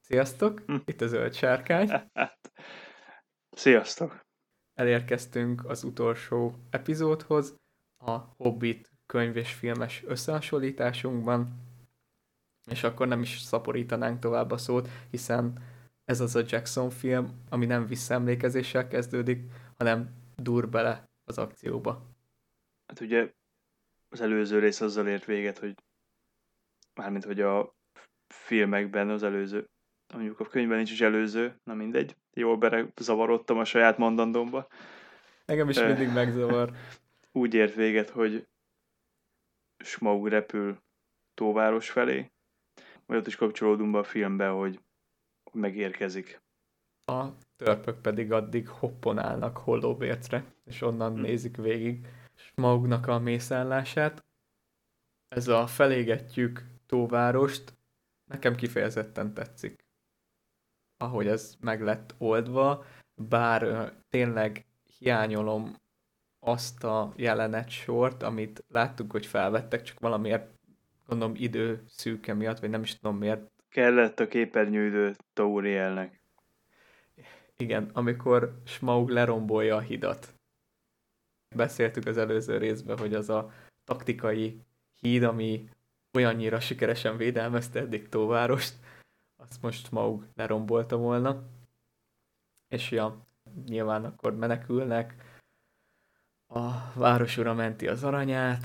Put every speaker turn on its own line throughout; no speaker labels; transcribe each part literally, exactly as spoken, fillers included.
Sziasztok!
Hm.
Itt a Zöld Sárkány.
Sziasztok!
Elérkeztünk az utolsó epizódhoz, a Hobbit könyv és filmes összehasonlításunkban, és akkor nem is szaporítanánk tovább a szót, hiszen ez az a Jackson film, ami nem visszaemlékezéssel kezdődik, hanem dur bele az akcióba.
Hát ugye az előző rész azzal ért véget, hogy mármint, hogy a filmekben az előző, mondjuk a könyvben nincs is előző, na mindegy, jól belezavarodtam a saját mondandómba.
Engem is
Ö,
mindig megzavar.
Úgy ért véget, hogy Smaug repül Tóváros felé, majd ott is kapcsolódunk be a filmbe, hogy megérkezik.
A törpök pedig addig hopponálnak Hollóvércre, és onnan
Hm.
nézik végig Smaugnak a mészállását. Ez a felégetjük Tóvárost nekem kifejezetten tetszik. Ahogy ez meg lett oldva, bár ö, tényleg hiányolom azt a jelenet sort, amit láttuk, hogy felvettek, csak valamiért gondolom idő szűke miatt, vagy nem is tudom miért.
Kellett a képernyőidő Taurielnek.
Igen, amikor Smaug lerombolja a hidat. Beszéltük az előző részben, hogy az a taktikai híd, ami olyannyira sikeresen védelmezte eddig Tóvárost, azt most Smaug lerombolta volna. És ja, nyilván akkor menekülnek, a városura menti az aranyát,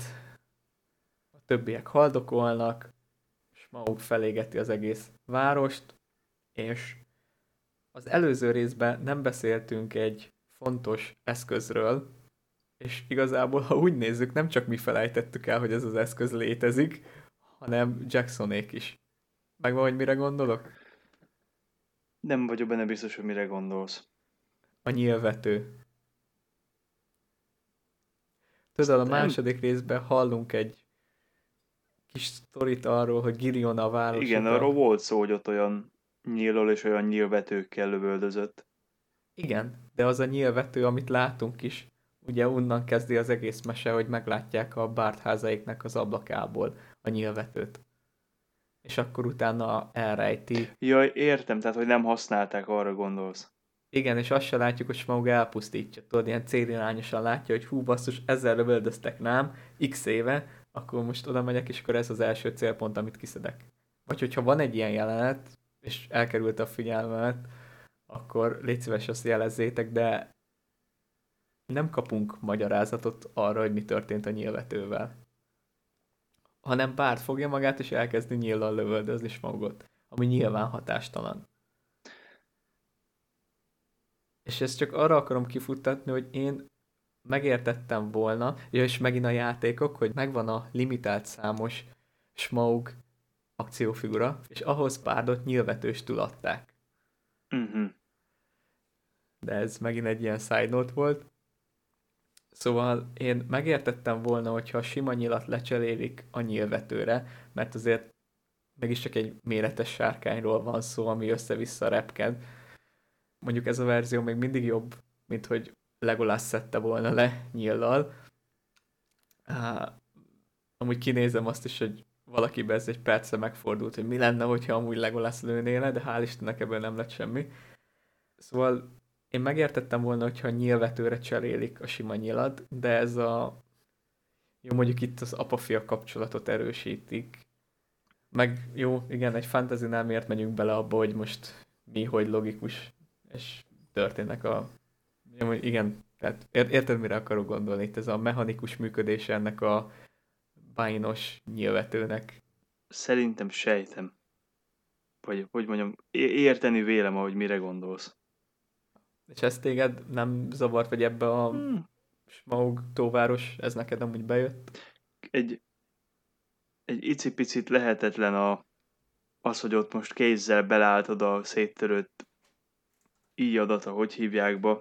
a többiek haldokolnak, Smaug felégeti az egész várost, és az előző részben nem beszéltünk egy fontos eszközről, és igazából, ha úgy nézzük, nem csak mi felejtettük el, hogy ez az eszköz létezik, hanem Jacksonék is. Megvan, hogy mire gondolok?
Nem vagyok benne biztos, hogy mire gondolsz.
A nyílvető. Tudod, a
Nem.
második részben hallunk egy kis sztorit arról, hogy Girion a város.
Igen, arról volt szó, hogy ott olyan nyíllal és olyan nyílvetőkkel lövöldözött.
Igen, de az a nyílvető, amit látunk is, ugye onnan kezdi az egész mese, hogy meglátják a bártházaiknak az ablakából a nyílvetőt. És akkor utána elrejti.
Jaj, értem, tehát, hogy nem használták, arra gondolsz.
Igen, és azt se látjuk, hogy Smaug elpusztítja. Tudod, ilyen célirányosan látja, hogy hú, basszus, ezzel lövöldöztek nám, x éve, akkor most oda megyek, és akkor ez az első célpont, amit kiszedek. Vagy hogyha van egy ilyen jelenet, és elkerült a figyelmet, akkor légy szíves, azt jelezzétek, de nem kapunk magyarázatot arra, hogy mi történt a nyílvetővel. Hanem Bárt fogja magát, és elkezdi nyíllal lövöldözni Smaugot, ami nyilván hatástalan. És ezt csak arra akarom kifuttatni, hogy én megértettem volna, és megint a játékok, hogy megvan a limitált számos Smaug akciófigura, és ahhoz Bárdot nyílvetőstül adták.
Uh-huh.
De ez megint egy ilyen side note volt. Szóval én megértettem volna, hogyha a sima nyilat lecserélik a nyílvetőre, mert azért megis csak egy méretes sárkányról van szó, ami össze-vissza repked. Mondjuk ez a verzió még mindig jobb, mint hogy Legolas szedte volna le nyíllal. Uh, amúgy kinézem azt is, hogy valakibe ez egy percre megfordult, hogy mi lenne, hogyha amúgy Legolas lőné le, de hál' Istennek ebből nem lett semmi. Szóval én megértettem volna, hogyha nyílvetőre cserélik a sima nyilat, de ez a... Jó, mondjuk itt az apa-fia kapcsolatot erősítik. Meg jó, igen, egy fantasy-nál miért megyünk bele abba, hogy most mi, hogy logikus, és történnek a... Jó, igen, tehát érted, mire akarok gondolni? Itt ez a mechanikus működése ennek a bájnos nyílvetőnek.
Szerintem sejtem. Vagy, hogy mondjam, érteni vélem, ahogy mire gondolsz.
És ez téged nem zavart, vagy ebbe a hmm. Smaug Tóváros, ez neked amúgy bejött?
Egy, egy icipicit lehetetlen a, az, hogy ott most kézzel beleálltad a széttörött íjadat, hogy hívják be.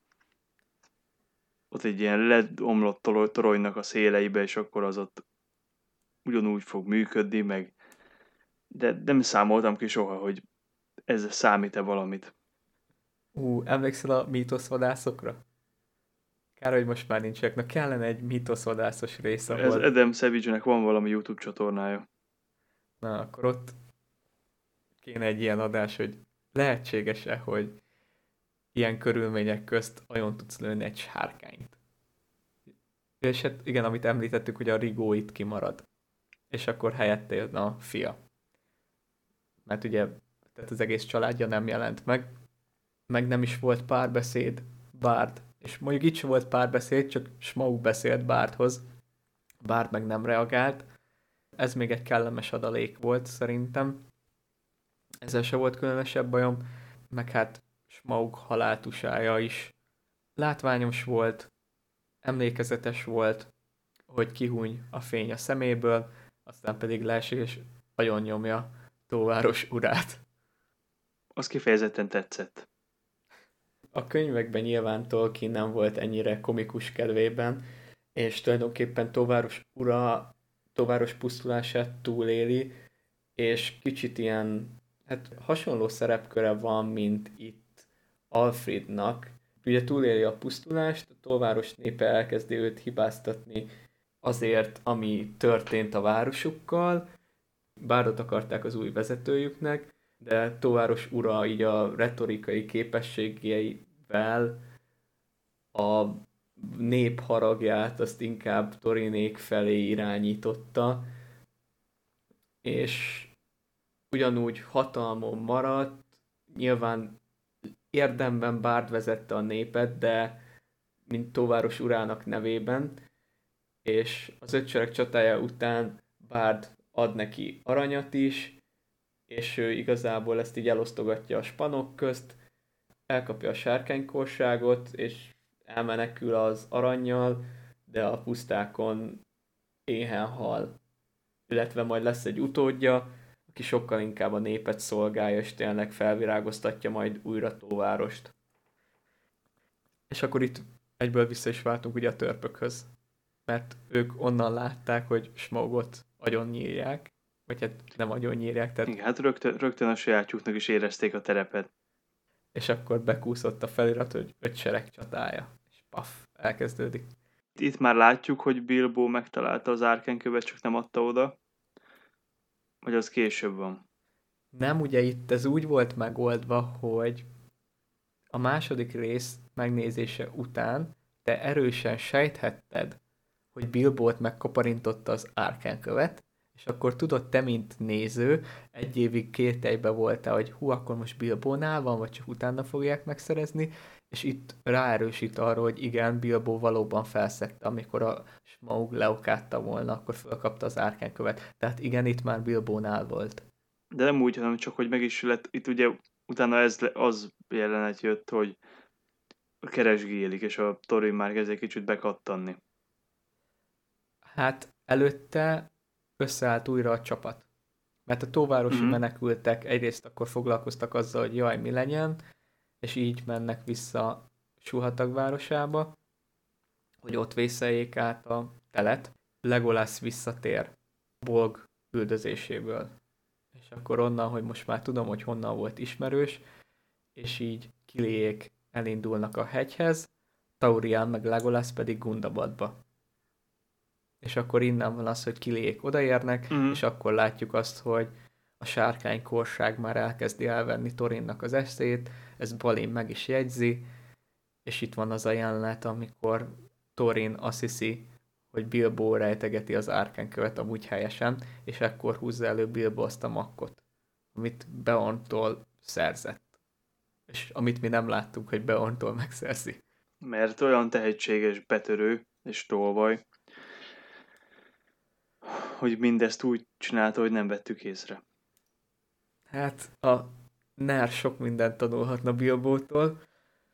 Ott egy ilyen ledomlott toronynak a széleibe, és akkor az ott ugyanúgy fog működni, meg de nem számoltam ki soha, hogy ez számít-e valamit.
Ú, emlékszel a mítoszvadászokra? Kár, hogy most már nincsenek. Na kellene egy mítoszvadászos rész, ahol...
Ez Adam Savage-nek van valami YouTube csatornája.
Na, akkor ott kéne egy ilyen adás, hogy lehetséges-e, hogy ilyen körülmények közt agyon tudsz lőni egy sárkányt. És hát igen, amit említettük, hogy a Rigó itt kimarad. És akkor helyette jön a fia. Mert ugye tehát az egész családja nem jelent meg, meg nem is volt párbeszéd Bard. És mondjuk itt sem volt párbeszéd, csak Smaug beszélt Bardhoz. Bard meg nem reagált. Ez még egy kellemes adalék volt szerintem. Ezzel se volt különösebb bajom, meg hát Smaug haláltusája is látványos volt, emlékezetes volt, hogy kihúny a fény a szeméből, aztán pedig leesik és agyon nyomja Tóváros urát.
Az kifejezetten tetszett.
A könyvekben nyilván Tolkien nem volt ennyire komikus kedvében, és tulajdonképpen Tóváros ura Tóváros pusztulását túléli, és kicsit ilyen, hát hasonló szerepköre van, mint itt Alfrednak. Ugye túléli a pusztulást, a Tóváros népe elkezdi őt hibáztatni azért, ami történt a városukkal. Bárdot akarták az új vezetőjüknek, de Tóváros ura így a retorikai képességeivel a nép haragját azt inkább Torinék felé irányította, és ugyanúgy hatalmon maradt, nyilván érdemben Bárd vezette a népet, de mint Tóváros urának nevében, és az ötsereg csatája után Bárd ad neki aranyat is, és ő igazából ezt így elosztogatja a spanok közt, elkapja a sárkánykorságot, és elmenekül az arannyal, de a pusztákon éhen hal. Illetve majd lesz egy utódja, aki sokkal inkább a népet szolgálja, és tényleg felvirágoztatja majd újra Tóvárost. És akkor itt egyből vissza is váltunk ugye a törpökhöz. Mert ők onnan látták, hogy Smaugot agyon nyírják, vagy hát nem agyon nyírják, tehát...
Igen, hát rögtön, rögtön a sajátjuknak is érezték a terepet.
És akkor bekúszott a felirat, hogy ötsereg csatája. És paf, elkezdődik.
Itt már látjuk, hogy Bilbo megtalálta az árkánykövet, csak nem adta oda. Vagy az később van?
Nem, ugye itt ez úgy volt megoldva, hogy a második rész megnézése után te erősen sejthetted, hogy Bilbót megkaparintotta az árkánykövet, és akkor tudod, te, mint néző, egy évig kételybe voltál, hogy hú, akkor most Bilbónál van, vagy csak utána fogják megszerezni, és itt ráerősít arra, hogy igen, Bilbo valóban felszegte, amikor a Smaug leokátta volna, akkor felkapta az árkánykövet. Tehát igen, itt már Bilbónál volt.
De nem úgy, hanem csak, hogy meg is lett, itt ugye utána ez, az jelenet jött, hogy keresgélik, és a Thorin már kezd egy kicsit bekattanni.
Hát előtte összeállt újra a csapat. Mert a tóvárosi mm-hmm. menekültek egyrészt akkor foglalkoztak azzal, hogy jaj, mi legyen, és így mennek vissza Suhatag városába, hogy ott vészeljék át a telet. Legolas visszatér Bolg üldözéséből. És akkor onnan, hogy most már tudom, hogy honnan volt ismerős, és így Kiliék elindulnak a hegyhez, Taurian meg Legolas pedig Gundabadba. És akkor innen van az, hogy Kiliék odaérnek, mm. és akkor látjuk azt, hogy a sárkánykorság már elkezdi elvenni Thorinnak az eszét, ez Balin meg is jegyzi, és itt van az a jelenet, amikor Thorin azt hiszi, hogy Bilbo rejtegeti az árkánykövet amúgy helyesen, és ekkor húzza elő Bilbo azt a makkot, amit Beorntól szerzett. És amit mi nem láttunk, hogy Beorntól megszerzi.
Mert olyan tehetséges betörő és tolvaj, hogy mindezt úgy csinálta, hogy nem vettük észre.
Hát a Ner sok mindent tanulhatna Bilbótól.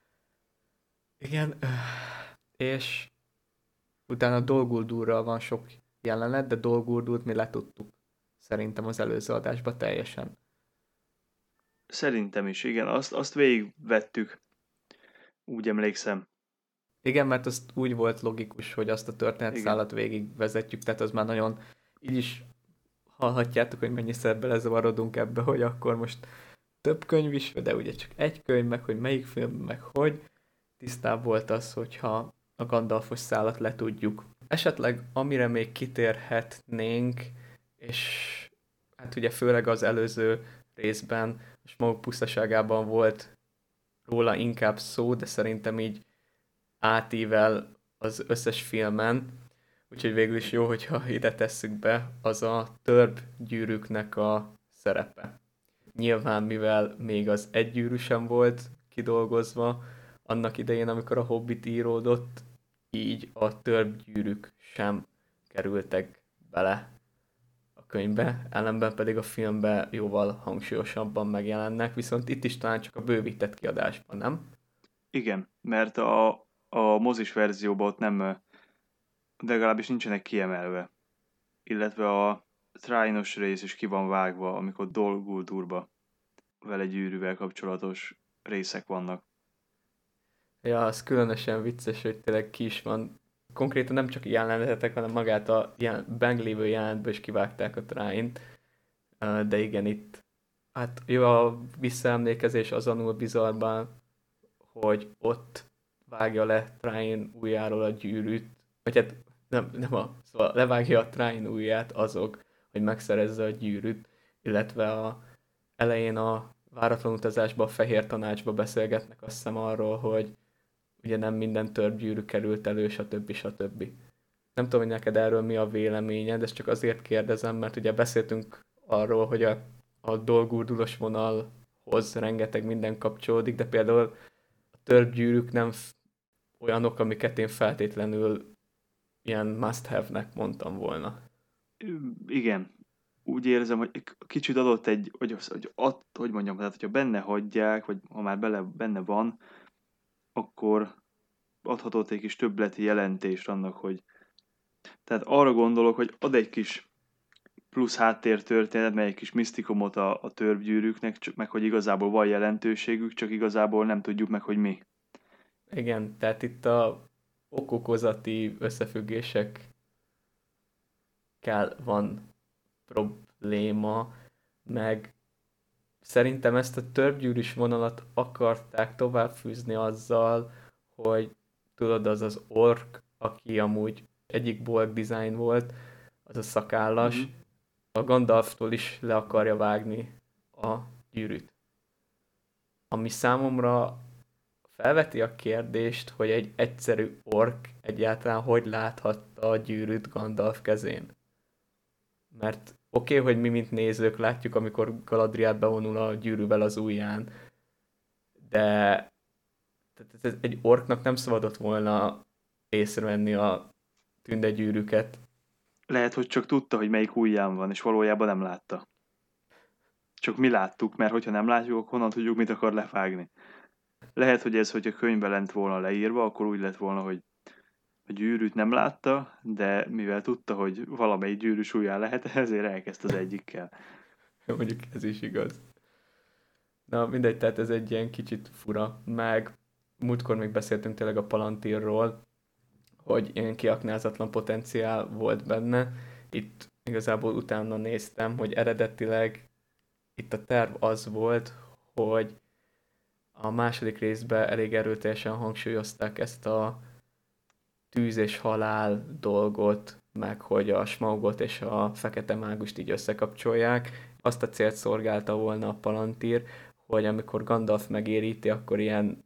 Igen, és utána Dol Guldur-ral van sok jelenet, de Dol Guldurt mi letudtuk. Szerintem az előző adásban teljesen.
Szerintem is, igen. Azt, azt végigvettük. Úgy emlékszem.
Igen, mert az úgy volt logikus, hogy azt a történetszálat végigvezetjük, tehát az már nagyon, így is hallhatjátok, hogy mennyiszer belezavarodunk ebbe, hogy akkor most több könyv is, de ugye csak egy könyv, meg hogy melyik film, meg hogy tisztább volt az, hogyha a Gandalfos szálat letudjuk. Esetleg amire még kitérhetnénk, és hát ugye főleg az előző részben a Smaug pusztaságában volt róla inkább szó, de szerintem így átível az összes filmen, úgyhogy végül is jó, hogyha ide tesszük be, az a törp gyűrűknek a szerepe. Nyilván, mivel még az egy gyűrű sem volt kidolgozva, annak idején, amikor a Hobbit íródott, így a törp gyűrűk sem kerültek bele a könyvbe, ellenben pedig a filmbe jóval hangsúlyosabban megjelennek, viszont itt is talán csak a bővített kiadásban, nem?
Igen, mert a, a mozis verzióban ott nem, de legalábbis nincsenek kiemelve. Illetve a Thráinos rész is ki van vágva, amikor Dol Guldurba vele gyűrűvel kapcsolatos részek vannak.
Ja, az különösen vicces, hogy tényleg ki is van. Konkrétan nem csak jelenetek, hanem magát a jelen, bent lévő jelentből is kivágták a Thráint. De igen, itt hát jó a visszaemlékezés azonul bizarrban, hogy ott vágja le Thráin ujjáról a gyűrűt, vagy hát nem, nem a, szóval levágja a Thráin ujját azok, hogy megszerezze a gyűrűt, illetve a elején a váratlan utazásban a Fehér Tanácsba beszélgetnek azt hiszem arról, hogy ugye nem minden törpgyűrű került elő, stb. stb. Nem tudom, hogy neked erről mi a véleményed, ezt csak azért kérdezem, mert ugye beszéltünk arról, hogy a, a dolgurdulos vonalhoz rengeteg minden kapcsolódik, de például a törpgyűrűk nem f- olyanok, amiket én feltétlenül ilyen must-have-nek mondtam volna.
Igen, úgy érzem, hogy kicsit adott egy, hogy, hogy, ad, hogy mondjam, tehát hogyha benne hagyják, vagy ha már bele, benne van, akkor adhatott egy kis többleti jelentést annak, hogy tehát arra gondolok, hogy ad egy kis plusz háttértörténet, mely egy kis misztikumot a, a törpgyűrűknek, csak meg hogy igazából van jelentőségük, csak igazából nem tudjuk meg, hogy mi.
Igen, tehát itt a okokozati összefüggésekkel van probléma, meg szerintem ezt a törpgyűrűs vonalat akarták továbbfűzni azzal, hogy tudod, az az ork, aki amúgy egyik Borg design volt, az a szakállas,
Mm-hmm.
a Gandalftól is le akarja vágni a gyűrűt. Ami számomra felveti a kérdést, hogy egy egyszerű ork egyáltalán hogy láthatta a gyűrűt Gandalf kezén. Mert oké, okay, hogy mi, mint nézők látjuk, amikor Galadriel bevonul a gyűrűvel az ujján, de tehát ez egy orknak nem szabadott volna észrevenni a tündegyűrűket.
Lehet, hogy csak tudta, hogy melyik ujján van, és valójában nem látta. Csak mi láttuk, mert hogyha nem látjuk, akkor honnan tudjuk, mit akar lefágni. Lehet, hogy ez, hogy a könyvben lent volna leírva, akkor úgy lett volna, hogy a gyűrűt nem látta, de mivel tudta, hogy valamelyik gyűrűs ujján lehet, ezért elkezdte az egyikkel.
Mondjuk ez is igaz. Na mindegy, tehát ez egy ilyen kicsit fura, meg múltkor még beszéltünk tényleg a Palantírról, hogy ilyen kiaknázatlan potenciál volt benne. Itt igazából utána néztem, hogy eredetileg itt a terv az volt, hogy a második részben elég erőteljesen hangsúlyozták ezt a tűz és halál dolgot, meg hogy a Smaugot és a fekete mágust így összekapcsolják. Azt a célt szolgálta volna a Palantír, hogy amikor Gandalf megéríti, akkor ilyen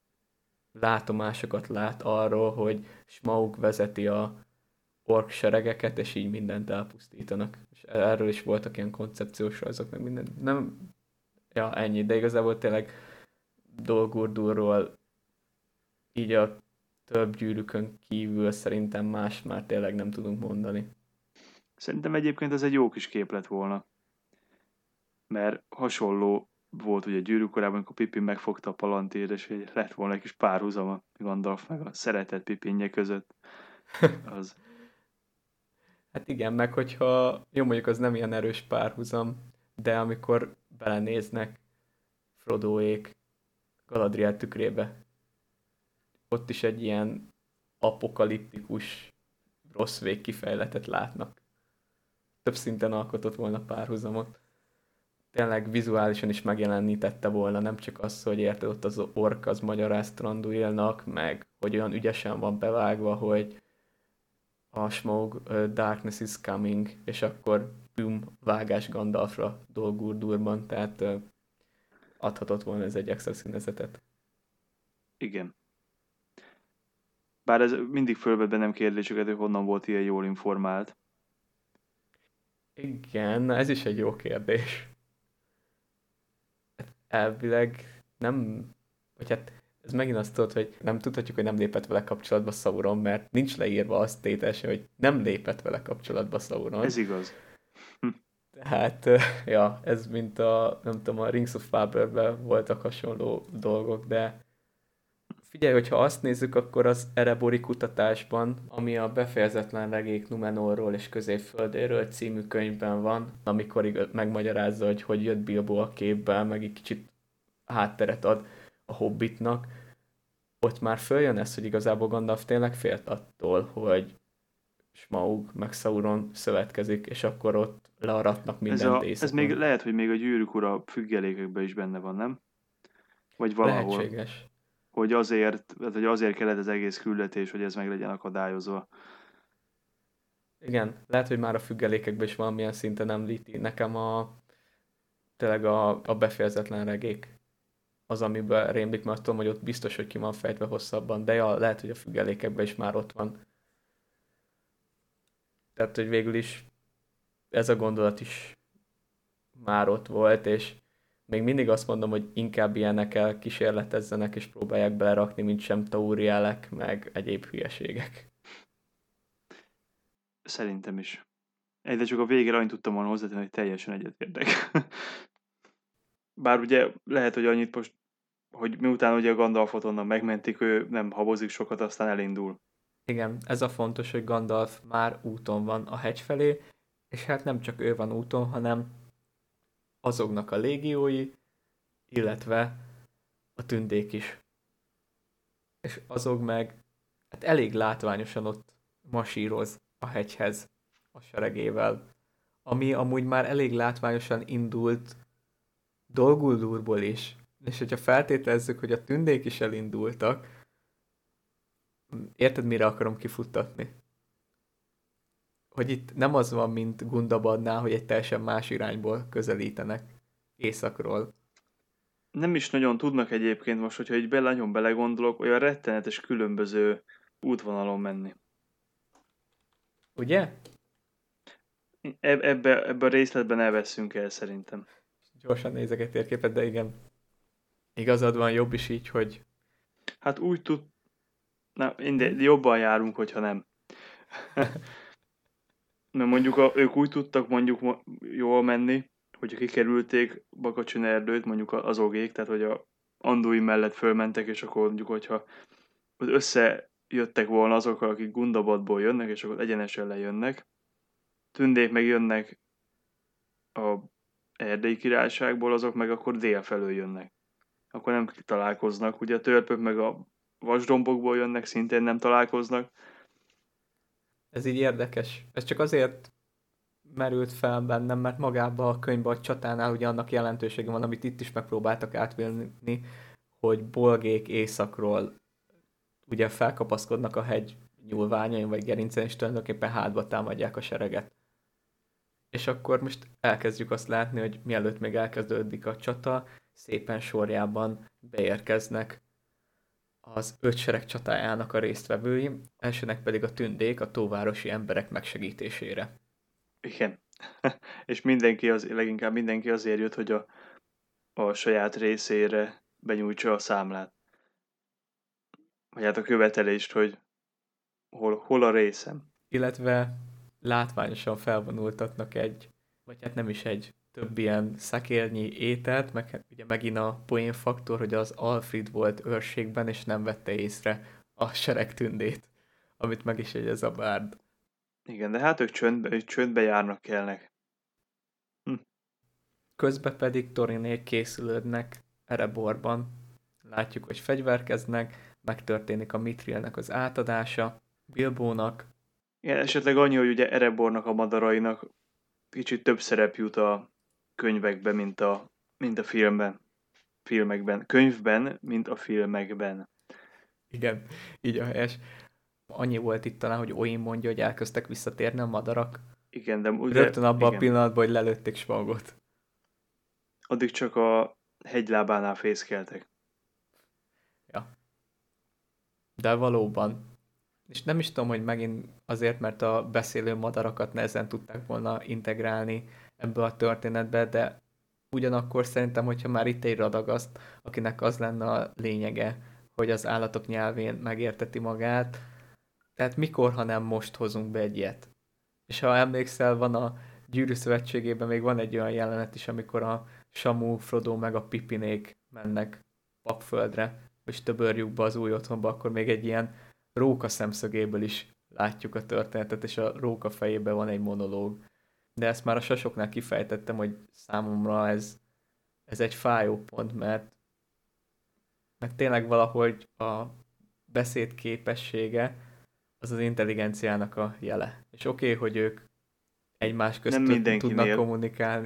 látomásokat lát arról, hogy Smaug vezeti a ork seregeket, és így mindent elpusztítanak. És erről is voltak ilyen koncepciós rajzok, meg minden. Nem, ja, ennyi, de igazából tényleg Dol Gúrdurról így a több gyűrűkön kívül szerintem más már tényleg nem tudunk mondani.
Szerintem egyébként ez egy jó kis kép lett volna. Mert hasonló volt ugye Gyűrűk korában, amikor Pippin megfogta a Palantírt, és hogy lett volna egy kis párhuzama Gandalf meg a szeretett Pippinje között. Az.
Hát igen, meg hogyha, jó mondjuk az nem ilyen erős párhuzam, de amikor belenéznek Frodoék Galadriel tükrébe, ott is egy ilyen apokaliptikus rossz végkifejletet látnak. Több szinten alkotott volna párhuzamot. Tényleg vizuálisan is megjelenítette volna, nem csak az, hogy érted, ott az ork az magyaráz Tranduilnak, meg hogy olyan ügyesen van bevágva, hogy a Smaug uh, Darkness is coming, és akkor boom vágás Gandalfra Dol Gúrdurban, tehát uh, adhatott volna ez egy extra színezetet.
Igen. Bár ez mindig fölvet bennem kérdéseket, hogy honnan volt ilyen jól informált.
Igen, ez is egy jó kérdés. Elvileg nem, vagy hát ez megint azt tudod, hogy nem tudhatjuk, hogy nem lépett vele kapcsolatba Sauron, mert nincs leírva azt tétesen, hogy nem lépett vele kapcsolatba Sauron.
Ez igaz.
Tehát, ja, ez mint a, nem tudom, a Rings of Power-ben voltak hasonló dolgok, de figyelj, hogyha azt nézzük, akkor az Erebori kutatásban, ami a Befejezetlen regék Numenorról és Középföldéről című könyvben van, amikor igaz, megmagyarázza, hogy hogy jött Bilbo a képbe, meg egy kicsit hátteret ad a Hobbitnak, ott már följön ez, hogy igazából Gandalf tényleg félt attól, hogy Smaug meg Sauron szövetkezik, és akkor ott learatnak mindent
ez,
éjszakon.
ez még lehet, hogy még a Gyűrűk Ura függelékekben is benne van, nem? Vagy valahol.
Lehetséges.
Hogy azért, hogy azért kellett az egész küldetés, hogy ez meg legyen akadályozva.
Igen, lehet, hogy már a függelékekben is valamilyen szinten említi. Nekem a tényleg a, a Befejezetlen regék az, amiben rémlik, mert tudom, hogy ott biztos, hogy ki van fejtve hosszabban, de ja, lehet, hogy a függelékekben is már ott van. Tehát, hogy végül is ez a gondolat is már ott volt, és még mindig azt mondom, hogy inkább ilyenekkel kísérletezzenek, és próbálják belerakni, mint sem taurielek, meg egyéb hülyeségek.
Szerintem is. Egyre csak a végére annyit tudtam volna hozzátenni, hogy teljesen egyetértek. Bár ugye lehet, hogy annyit most, hogy miután ugye a Gandalfot onnan megmentik, ő nem habozik sokat, aztán elindul.
Igen, ez a fontos, hogy Gandalf már úton van a hegy felé, és hát nem csak ő van úton, hanem azoknak a légiói, illetve a tündék is. És azok meg hát elég látványosan ott masíroz a hegyhez a seregével, ami amúgy már elég látványosan indult Dol Gúrdurból is. És hogyha feltételezzük, hogy a tündék is elindultak, érted, mire akarom kifuttatni? Hogy itt nem az van, mint Gundabadnál, hogy egy teljesen más irányból közelítenek északról.
Nem is nagyon tudnak egyébként most, hogyha így bele, nagyon belegondolok, olyan rettenetes különböző útvonalon menni.
Ugye?
Eb- ebbe, ebbe a részletben elveszünk el szerintem.
Gyorsan nézek egy térképet, de igen. Igazad van, jobb is így, hogy...
Hát úgy tud... Na, inde, jobban járunk, hogyha nem. Mert mondjuk a, ők úgy tudtak mondjuk jól menni, hogyha kikerülték Bakacsin erdőt, mondjuk az ogék, tehát hogy a Anduin mellett fölmentek, és akkor mondjuk, hogyha összejöttek volna azok, akik Gundabadból jönnek, és akkor egyenesen lejönnek. Tündék meg jönnek a Erdélyi Királyságból, azok meg akkor dél felől jönnek. Akkor nem találkoznak. Ugye a törpök meg a vasdombokból jönnek, szintén nem találkoznak.
Ez így érdekes. Ez csak azért merült fel bennem, mert magában a könyvben a csatánál ugye annak jelentősége van, amit itt is megpróbáltak átvinni, hogy bolgék északról ugye felkapaszkodnak a hegy nyúlványain vagy gerincen, és tulajdonképpen hátba támadják a sereget. És akkor most elkezdjük azt látni, hogy mielőtt még elkezdődik a csata, szépen sorjában beérkeznek az öt sereg csatájának a résztvevői, elsőnek pedig a tündék a tóvárosi emberek megsegítésére.
Igen. És mindenki az, leginkább mindenki azért jött, hogy a, a saját részére benyújtsa a számlát. Vagy hát a követelést, hogy hol, hol a részem.
Illetve látványosan felvonultatnak egy, vagy hát nem is egy, több ilyen szekérnyi ételt, meg hát ugye megint a poénfaktor, hogy az Alfrid volt őrségben, és nem vette észre a sereg tündét, amit meg is jegyez a bárd.
Igen, de hát ők csöndbe, ők csöndbe járnak kellnek. Hm.
Közben pedig Torinék készülődnek Ereborban. Látjuk, hogy fegyverkeznek, megtörténik a Mithrilnek az átadása, Bilbónak.
Igen, esetleg annyi, hogy ugye Erebornak a madarainak kicsit több szerep jut a könyvekben, mint a, mint a filmben. Filmekben. Könyvben, mint a filmekben.
Igen, így a helyes. Annyi volt itt talán, hogy Oin mondja, hogy elkezdtek visszatérni a madarak
Igen, de ugye,
Rögtön abban
igen.
a pillanatban, hogy lelőtték Smagot.
Addig csak a hegylábánál fészkeltek.
Ja. De valóban. És nem is tudom, hogy megint azért, mert a beszélő madarakat nehezen tudták volna integrálni ebbe a történetbe, de ugyanakkor szerintem, hogyha már itt egy radagaszt, akinek az lenne a lényege, hogy az állatok nyelvén megérteti magát, tehát mikor, ha nem most hozunk be egy ilyet. És ha emlékszel, van a Gyűrű Szövetségében még van egy olyan jelenet is, amikor a Samu, Frodo meg a Pipinék mennek Papföldre, és töbörjükbe az új otthonba, akkor még egy ilyen róka szemszögéből is látjuk a történetet, és a róka fejében van egy monológ. De ezt már a sasoknál kifejtettem, hogy számomra ez, ez egy fájó pont, mert, mert tényleg valahogy a beszéd képessége az az intelligenciának a jele. És oké, okay, hogy ők egymás közt
Nem
tudnak
mindenkinél.
kommunikálni.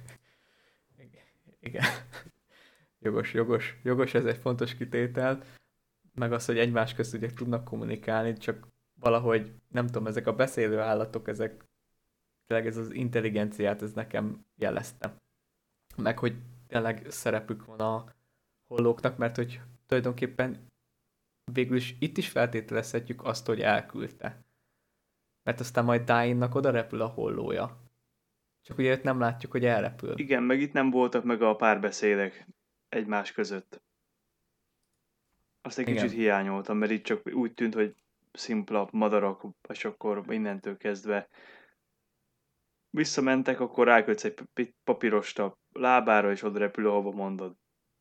Igen. Jogos, jogos, jogos, ez egy fontos kitétel. Meg az, hogy egymás közt ugye tudnak kommunikálni, csak valahogy, nem tudom, ezek a beszélő állatok, ezek tényleg ez az intelligenciát, ez nekem jelezte. Meg, hogy tényleg szerepük van a hollóknak, mert hogy tulajdonképpen végül is itt is feltételezhetjük azt, hogy elküldte. Mert aztán majd Dainnak oda repül a hollója. Csak ugye itt nem látjuk, hogy elrepül.
Igen, meg itt nem voltak meg a párbeszédek egymás között. Azt egy
Igen.
kicsit hiányoltam, mert itt csak úgy tűnt, hogy szimpla madarak, és akkor innentől kezdve visszamentek, akkor rákötsz egy pi- papírost a lábára, és oda repül, ahova mondod.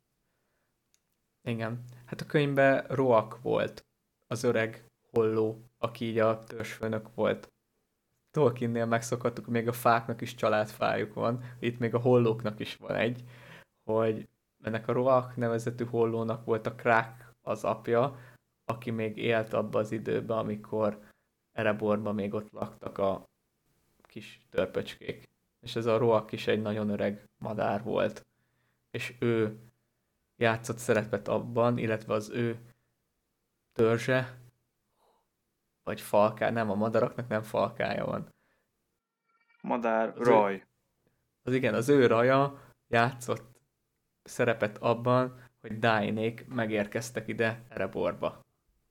Igen. Hát a könyvben Roak volt az öreg holló, aki így a törzsfőnök volt. Tolkiennél megszokhattuk, hogy még a fáknak is családfájuk van, itt még a hollóknak is van egy, hogy ennek a Roak nevezetű hollónak volt a Krak az apja, aki még élt abban az időben, amikor Ereborban még ott laktak a kis törpöcskék. És ez a Roak is egy nagyon öreg madár volt. És ő játszott szerepet abban, illetve az ő törzse, vagy falká, nem, a madaraknak nem falkája van.
Madár,
Az,
raj.
ő, az igen, az ő raja játszott szerepet abban, hogy Dainék megérkeztek ide Ereborba.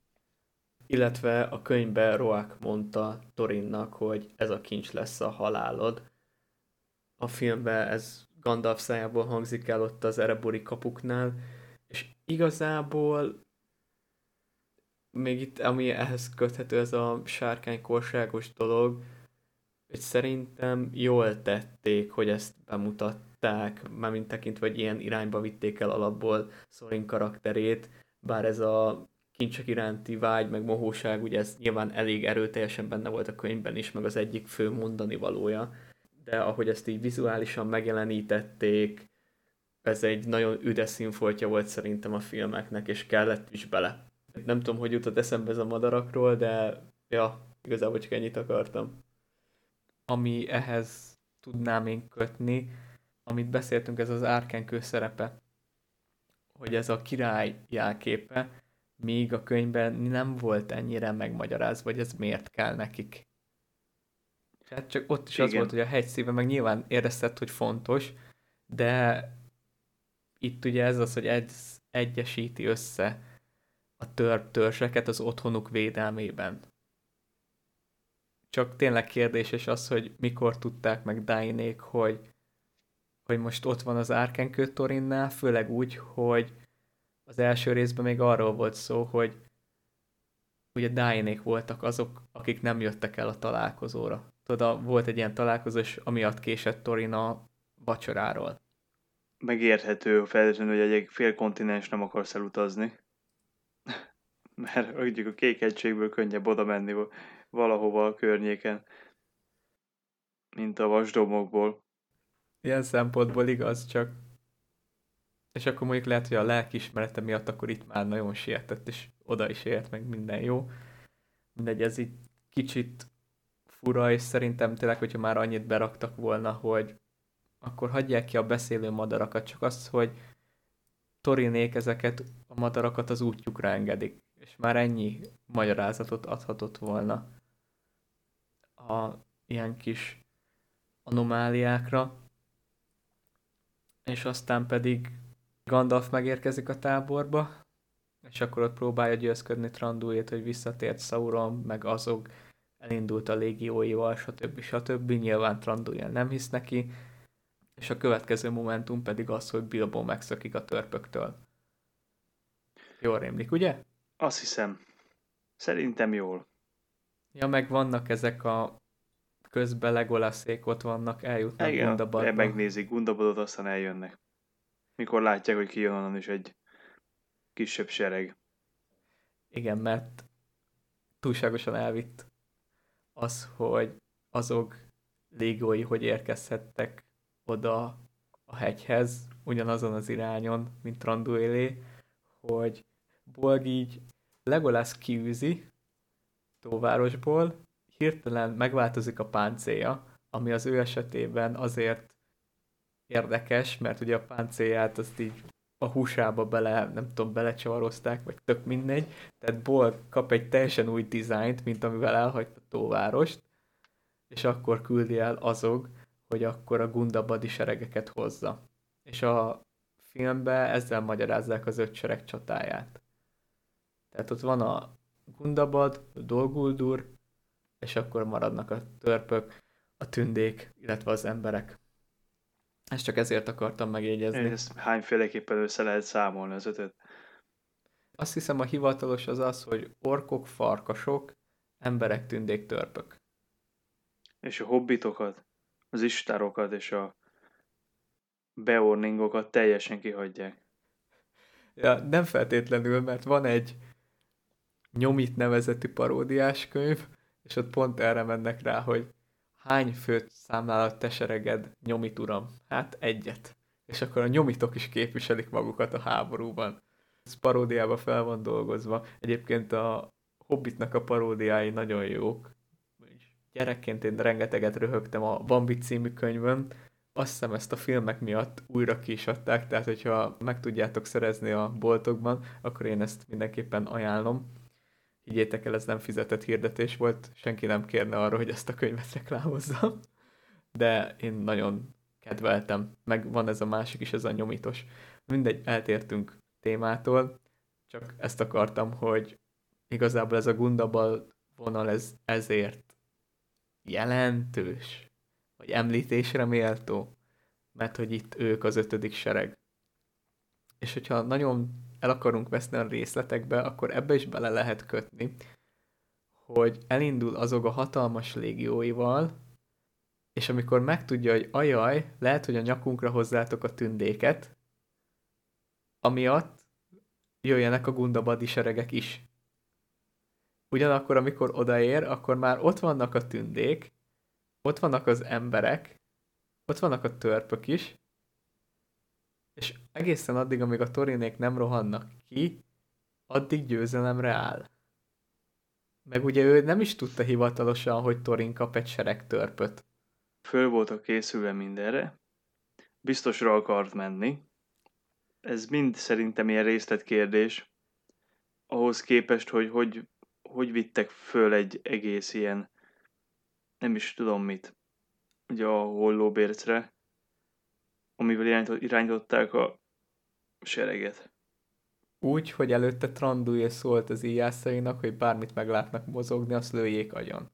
Illetve a könyvben Roak mondta Thorinnak, hogy ez a kincs lesz a halálod. A filmben ez Gandalf szájából hangzik el ott az erebori kapuknál, és igazából még itt, ami ehhez köthető, ez a sárkánykorságos dolog, hogy szerintem jól tették, hogy ezt bemutatták, mármint tekintve, hogy ilyen irányba vitték el alapból Thorin karakterét, bár ez a kincsek iránti vágy, meg mohóság, ugye ez nyilván elég erőteljesen benne volt a könyvben is, meg az egyik fő mondani valója, de ahogy ezt így vizuálisan megjelenítették, ez egy nagyon üdes színfoltja volt szerintem a filmeknek, és kellett is bele. Nem tudom, hogy jutott eszembe ez a madarakról, de ja, igazából csak ennyit akartam. Ami ehhez tudnám én kötni, amit beszéltünk, ez az árkánykő szerepe, hogy ez a király jelképe, míg a könyvben nem volt ennyire megmagyarázva, hogy ez miért kell nekik. Tehát csak ott is Igen. az volt, hogy a hegyszíve meg nyilván érezted, hogy fontos, de itt ugye ez az, hogy ez egyesíti össze a törp törzseket az otthonuk védelmében. Csak tényleg kérdéses az, hogy mikor tudták meg Dainék, hogy, hogy most ott van az Árkánkő Thorinnál, főleg úgy, hogy az első részben még arról volt szó, hogy ugye Dainék voltak azok, akik nem jöttek el a találkozóra. Tudod, volt egy ilyen találkozó, és amiatt késett Thorin a vacsoráról.
Megérthető feltétlenül, hogy egy fél kontinens nem akarsz elutazni. Mert mondjuk a kék egységből könnyebb oda menni valahova a környéken, mint a vasdomokból.
Ilyen szempontból igaz, csak és akkor mondjuk lehet, hogy a lelkiismerete miatt akkor itt már nagyon sietett, és oda is ért meg minden jó. Mindegy, ez így kicsit fura, és szerintem tényleg, hogyha már annyit beraktak volna, hogy akkor hagyják ki a beszélő madarakat, csak az, hogy Thorinék ezeket a madarakat az útjukra engedik, és már ennyi magyarázatot adhatott volna. A ilyen kis anomáliákra, és aztán pedig Gandalf megérkezik a táborba, és akkor ott próbálja győzködni Thranduilt, hogy visszatért Sauron, meg azok elindult a légióival, stb. stb. Nyilván Thranduil nem hisz neki, és a következő momentum pedig az, hogy Bilbo megszökik a törpöktől. Jól rémlik, ugye?
Azt hiszem. Szerintem jól.
Ja, meg vannak ezek a közben Legolaszék ott vannak, eljutnak
Igen,
Gundabadba.
megnézik Gundabadot, aztán eljönnek. Mikor látják, hogy kijön onnan is egy kisebb sereg.
Igen, mert túlságosan elvitt az, hogy azok légói hogy érkezhettek oda a hegyhez, ugyanazon az irányon, mint Thranduilé, hogy Bolg így Legolas kiűzi Tóvárosból, hirtelen megváltozik a páncélja, ami az ő esetében azért érdekes, mert ugye a páncélját azt így a húsába bele, nem tudom, belecsavarozták, vagy tök mindegy. Tehát Bolg kap egy teljesen új dizájnt, mint amivel elhagyta Tóvárost, és akkor küldi el azok, hogy akkor a Gundabadi seregeket hozza. És a filmben ezzel magyarázzák az öt sereg csatáját. Tehát ott van a Gundabad, a Dol Guldur, és akkor maradnak a törpök, a tündék, illetve az emberek. Ezt csak ezért akartam megjegyezni.
Ezt hányféleképpen össze lehet számolni az ötöt?
Azt hiszem a hivatalos az az, hogy orkok, farkasok, emberek, tündék, törpök.
És a hobbitokat, az istárokat és a beorningokat teljesen kihagyják.
Ja, nem feltétlenül, mert van egy Nyomit nevezetű paródiás könyv, és ott pont erre mennek rá, hogy hány főt számlál a te sereged, Nyomit uram? Hát egyet. És akkor a nyomitok is képviselik magukat a háborúban. Ez paródiába fel van dolgozva. Egyébként a Hobbitnak a paródiái nagyon jók. Gyerekként én rengeteget röhögtem a Bambi című könyvön. Azt hiszem ezt a filmek miatt újra ki is adták, tehát hogyha meg tudjátok szerezni a boltokban, akkor én ezt mindenképpen ajánlom. Higgyétek el, ez nem fizetett hirdetés volt, senki nem kérne arra, hogy ezt a könyvet reklámozzam. De én nagyon kedveltem, meg van ez a másik is, ez a nyomitos. Mindegy, eltértünk témától, csak ezt akartam, hogy igazából ez a Gundabad vonal ez ezért jelentős, vagy említésre méltó, mert hogy itt ők az ötödik sereg. És hogyha nagyon el akarunk veszni a részletekbe, akkor ebbe is bele lehet kötni, hogy elindul azok a hatalmas légióival, és amikor megtudja, hogy ajaj, lehet, hogy a nyakunkra hozzátok a tündéket, amiatt jöjjenek a Gundabadi seregek is. Ugyanakkor, amikor odaér, akkor már ott vannak a tündék, ott vannak az emberek, ott vannak a törpök is, és egészen addig, amíg a torinék nem rohannak ki, addig győzelemre áll. Meg ugye ő nem is tudta hivatalosan, hogy Thorin kap egy sereg törpöt.
Föl voltak készülve mindenre, biztosra akart menni. Ez mind szerintem ilyen részletkérdés, ahhoz képest, hogy hogy, hogy vittek föl egy egész ilyen, nem is tudom mit, ugye a hollóbércre, amivel irányították a sereget.
Úgy, hogy előtte Thranduil szólt az íjászainak, hogy bármit meglátnak mozogni, azt lőjék agyon.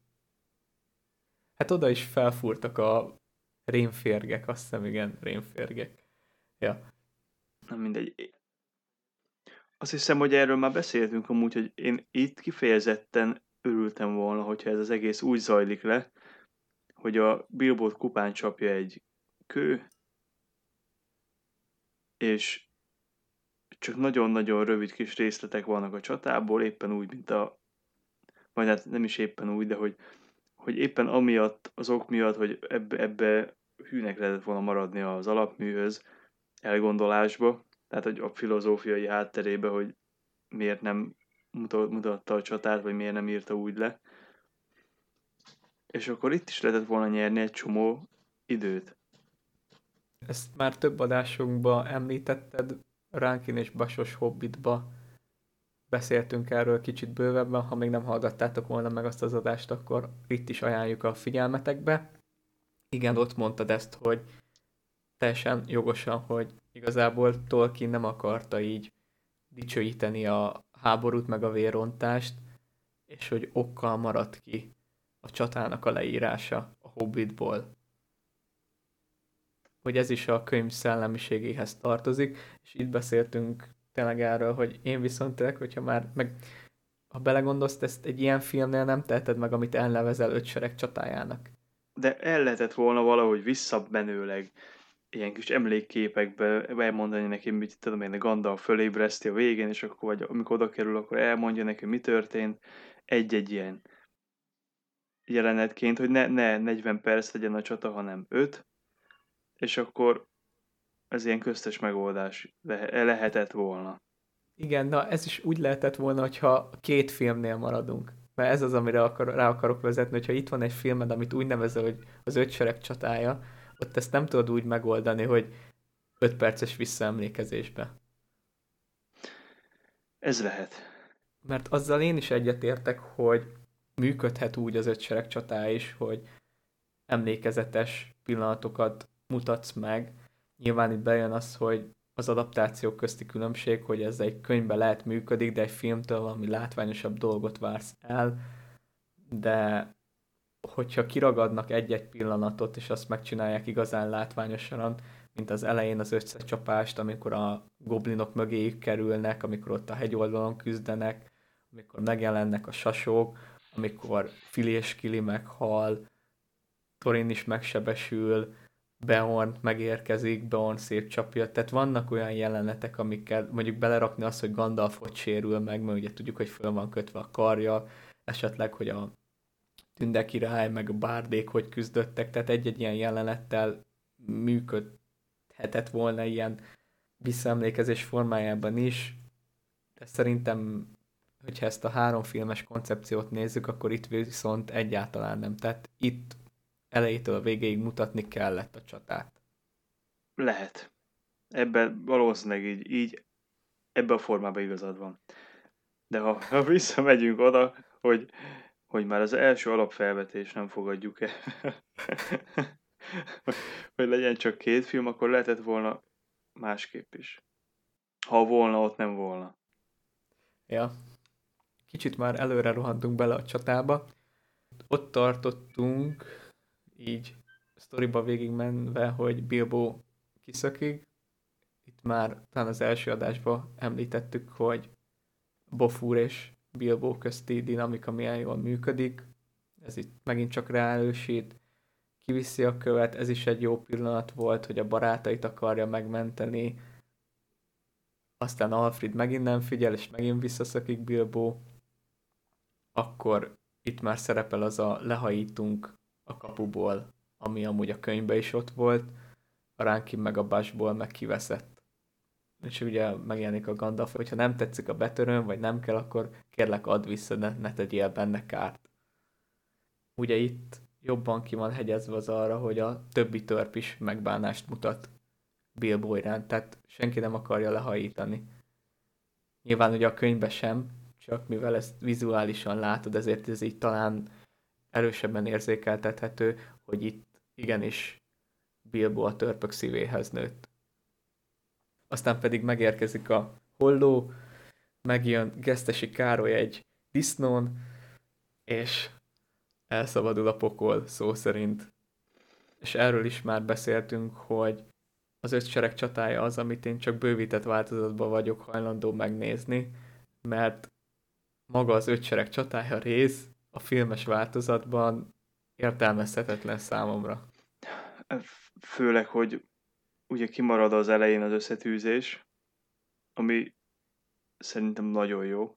Hát oda is felfúrtak a rémférgek, azt hiszem, igen, rémférgek. Ja.
Nem mindegy. Azt hiszem, hogy erről már beszéltünk amúgy, hogy én itt kifejezetten örültem volna, hogyha ez az egész úgy zajlik le, hogy a Bilbót kupán csapja egy kő, és csak nagyon-nagyon rövid kis részletek vannak a csatából, éppen úgy, mint a, vagy hát nem is éppen úgy, de hogy, hogy éppen amiatt, az ok miatt, hogy ebbe, ebbe hűnek lehetett volna maradni az alapműhöz, elgondolásba, tehát hogy a filozófiai hátterébe, hogy miért nem mutatta a csatát, vagy miért nem írta úgy le. És akkor itt is lehetett volna nyerni egy csomó időt.
Ezt már több adásunkban említetted, Rankin és Basos Hobbitba beszéltünk erről kicsit bővebben, ha még nem hallgattátok volna meg azt az adást, akkor itt is ajánljuk a figyelmetekbe. Igen, ott mondtad ezt, hogy teljesen jogosan, hogy igazából Tolkien nem akarta így dicsőíteni a háborút meg a vérrontást, és hogy okkal maradt ki a csatának a leírása a Hobbitból. Hogy ez is a könyv szellemiségéhez tartozik, és itt beszéltünk tényleg erről, hogy én viszont tényleg, hogyha már, meg ha belegondolsz, ezt egy ilyen filmnél nem teheted meg, amit elnevezel öt sereg csatájának.
De el lehetett volna valahogy visszamenőleg ilyen kis emlékképekbe elmondani neki, mit tudom én, a Gandalf fölébreszti a végén, és akkor vagy amikor oda kerül, akkor elmondja neki, mi történt. Egy-egy ilyen jelenetként, hogy ne, ne negyven perc legyen a csata, hanem öt, és akkor ez ilyen köztes megoldás le- lehetett volna.
Igen, na ez is úgy lehetett volna, hogyha két filmnél maradunk. Mert ez az, amire akar, rá akarok vezetni, hogyha itt van egy filmed, amit úgy nevezel, hogy az öt sereg csatája, ott ezt nem tudod úgy megoldani, hogy öt perces visszaemlékezésbe.
Ez lehet.
Mert azzal én is egyetértek, hogy működhet úgy az öt sereg csatája is, hogy emlékezetes pillanatokat mutatsz meg. Nyilván itt bejön az, hogy az adaptációk közti különbség, hogy ez egy könyvben lehet működik, de egy filmtől valami látványosabb dolgot vársz el, de hogyha kiragadnak egy-egy pillanatot, és azt megcsinálják igazán látványosan, mint az elején az összecsapást, amikor a goblinok mögéjük kerülnek, amikor ott a hegyoldalon küzdenek, amikor megjelennek a sasok, amikor Fili és Kili meghal, Thorin is megsebesül, Beorn megérkezik, Beorn szép csapja, tehát vannak olyan jelenetek, amikkel mondjuk belerakni azt, hogy Gandalf hogy sérül meg, mert ugye tudjuk, hogy föl van kötve a karja, esetleg, hogy a Tünde király, meg a bárdék hogy küzdöttek, tehát egy-egy ilyen jelenettel működhetett volna ilyen visszaemlékezés formájában is, de szerintem, hogyha ezt a három filmes koncepciót nézzük, akkor itt viszont egyáltalán nem. Tehát itt elejétől a végéig mutatni kellett a csatát.
Lehet. Ebben valószínűleg így, így ebben a formában igazad van. De ha, ha visszamegyünk oda, hogy, hogy már az első alapfelvetés nem fogadjuk el, hogy legyen csak két film, akkor lehetett volna másképp is. Ha volna, ott nem volna.
Ja. Kicsit már előre rohantunk bele a csatába. Ott tartottunk, így sztoriba végigmenve, hogy Bilbo kiszökik. Itt már talán az első adásban említettük, hogy Bofur és Bilbo közti dinamika milyen jól működik. Ez itt megint csak ráerősít. Kiviszi a követ, ez is egy jó pillanat volt, hogy a barátait akarja megmenteni. Aztán Alfred megint nem figyel, és megint visszaszökik Bilbo. Akkor itt már szerepel az a lehajítunk a kapuból, ami amúgy a könyvben is ott volt, a Rankin meg a Bashból meg kiveszett. És ugye megjelenik a Gandalf, hogyha nem tetszik a betörőn, vagy nem kell, akkor kérlek add vissza, ne, ne tegyél benne kárt. Ugye itt jobban ki van hegyezve az arra, hogy a többi törp is megbánást mutat Bilbo iránt, tehát senki nem akarja lehajítani. Nyilván ugye a könyvben sem, csak mivel ezt vizuálisan látod, ezért ez így talán erősebben érzékeltethető, hogy itt igenis Bilbo a törpök szívéhez nőtt. Aztán pedig megérkezik a holló, megjön Gesztesi Károly egy disznón, és elszabadul a pokol szó szerint. És erről is már beszéltünk, hogy az öt sereg csatája az, amit én csak bővített változatban vagyok hajlandó megnézni, mert maga az öt sereg csatája rész a filmes változatban értelmezhetetlen számomra.
Főleg, hogy ugye kimarad az elején az összetűzés, ami szerintem nagyon jó.